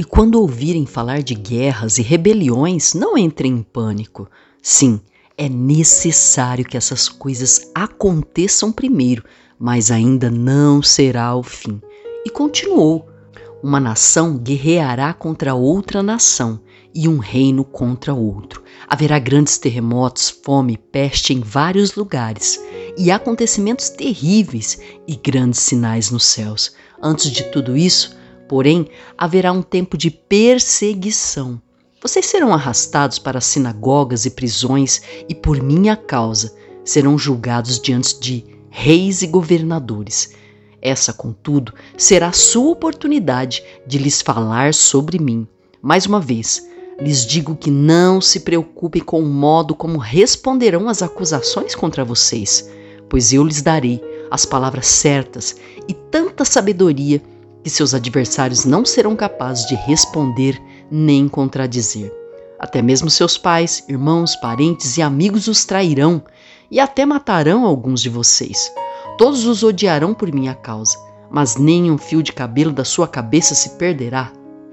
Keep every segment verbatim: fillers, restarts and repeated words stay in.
E quando ouvirem falar de guerras e rebeliões, não entrem em pânico. Sim, é necessário que essas coisas aconteçam primeiro, mas ainda não será o fim. E continuou: uma nação guerreará contra outra nação e um reino contra outro. Haverá grandes terremotos, fome, peste em vários lugares e acontecimentos terríveis e grandes sinais nos céus. Antes de tudo isso, porém, haverá um tempo de perseguição. Vocês serão arrastados para as sinagogas e prisões e, por minha causa, serão julgados diante de reis e governadores. Essa, contudo, será a sua oportunidade de lhes falar sobre mim. Mais uma vez, lhes digo que não se preocupem com o modo como responderão às acusações contra vocês, pois eu lhes darei as palavras certas e tanta sabedoria que seus adversários não serão capazes de responder nem contradizer. Até mesmo seus pais, irmãos, parentes e amigos os trairão e até matarão alguns de vocês. Todos os odiarão por minha causa, mas nem um fio de cabelo da sua cabeça se perderá.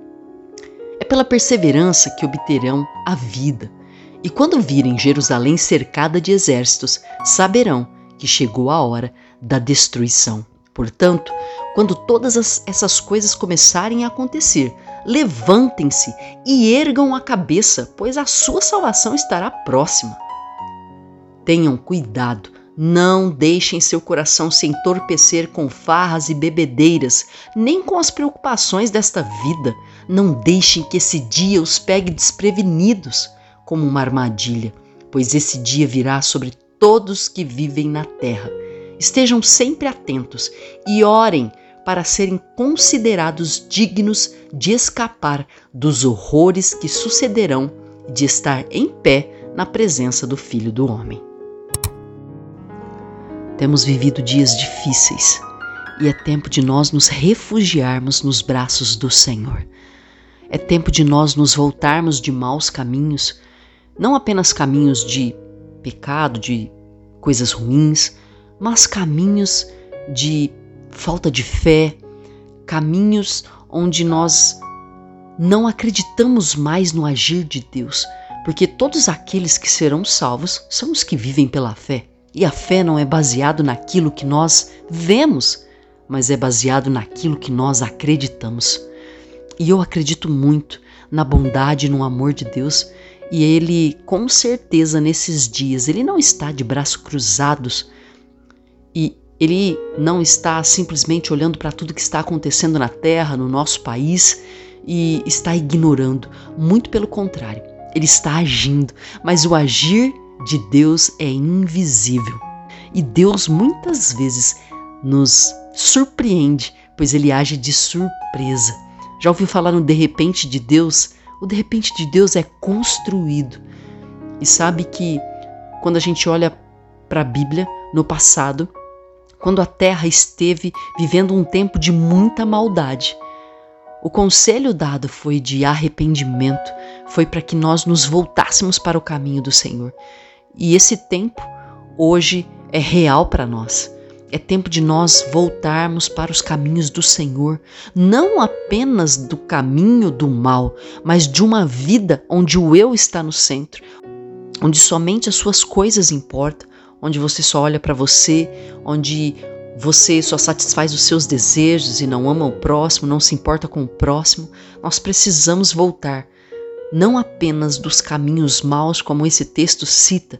É pela perseverança que obterão a vida. E quando virem Jerusalém cercada de exércitos, saberão que chegou a hora da destruição. Portanto, quando todas as, essas coisas começarem a acontecer, levantem-se e ergam a cabeça, pois a sua salvação estará próxima. Tenham cuidado, não deixem seu coração se entorpecer com farras e bebedeiras, nem com as preocupações desta vida. Não deixem que esse dia os pegue desprevenidos como uma armadilha, pois esse dia virá sobre todos que vivem na terra. Estejam sempre atentos e orem para serem considerados dignos de escapar dos horrores que sucederão e de estar em pé na presença do Filho do Homem. Temos vivido dias difíceis e é tempo de nós nos refugiarmos nos braços do Senhor. É tempo de nós nos voltarmos de maus caminhos, não apenas caminhos de pecado, de coisas ruins, mas caminhos de falta de fé, caminhos onde nós não acreditamos mais no agir de Deus, porque todos aqueles que serão salvos são os que vivem pela fé. E a fé não é baseado naquilo que nós vemos, mas é baseado naquilo que nós acreditamos. E eu acredito muito na bondade e no amor de Deus, e Ele, com certeza, nesses dias, Ele não está de braços cruzados e Ele não está simplesmente olhando para tudo que está acontecendo na terra, no nosso país, e está ignorando. Muito pelo contrário, Ele está agindo, mas o agir de Deus é invisível. E Deus muitas vezes nos surpreende, pois Ele age de surpresa. Já ouviu falar no de repente de Deus? O de repente de Deus é construído. E sabe que quando a gente olha para a Bíblia, no passado, quando a terra esteve vivendo um tempo de muita maldade, o conselho dado foi de arrependimento, foi para que nós nos voltássemos para o caminho do Senhor. E esse tempo, hoje, é real para nós. É tempo de nós voltarmos para os caminhos do Senhor, não apenas do caminho do mal, mas de uma vida onde o eu está no centro, onde somente as suas coisas importam, onde você só olha para você, onde você só satisfaz os seus desejos e não ama o próximo, não se importa com o próximo. Nós precisamos voltar, não apenas dos caminhos maus, como esse texto cita,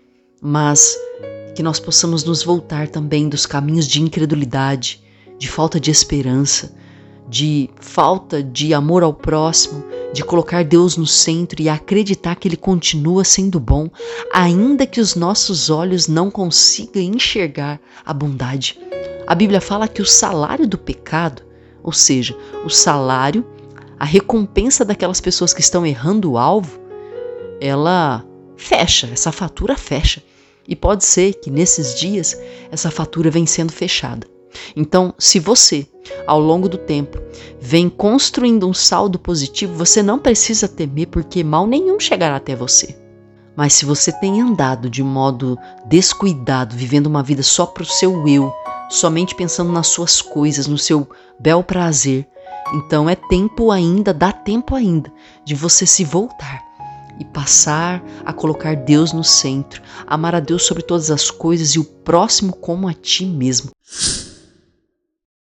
mas que nós possamos nos voltar também dos caminhos de incredulidade, de falta de esperança, de falta de amor ao próximo, de colocar Deus no centro e acreditar que Ele continua sendo bom, ainda que os nossos olhos não consigam enxergar a bondade. A Bíblia fala que o salário do pecado, ou seja, o salário, a recompensa daquelas pessoas que estão errando o alvo, ela fecha, essa fatura fecha. E pode ser que nesses dias essa fatura vem sendo fechada. Então, se você, ao longo do tempo, vem construindo um saldo positivo, você não precisa temer, porque mal nenhum chegará até você. Mas se você tem andado de modo descuidado, vivendo uma vida só para o seu eu, somente pensando nas suas coisas, no seu bel prazer, Então é tempo ainda, dá tempo ainda de você se voltar e passar a colocar Deus no centro, amar a Deus sobre todas as coisas e o próximo como a ti mesmo.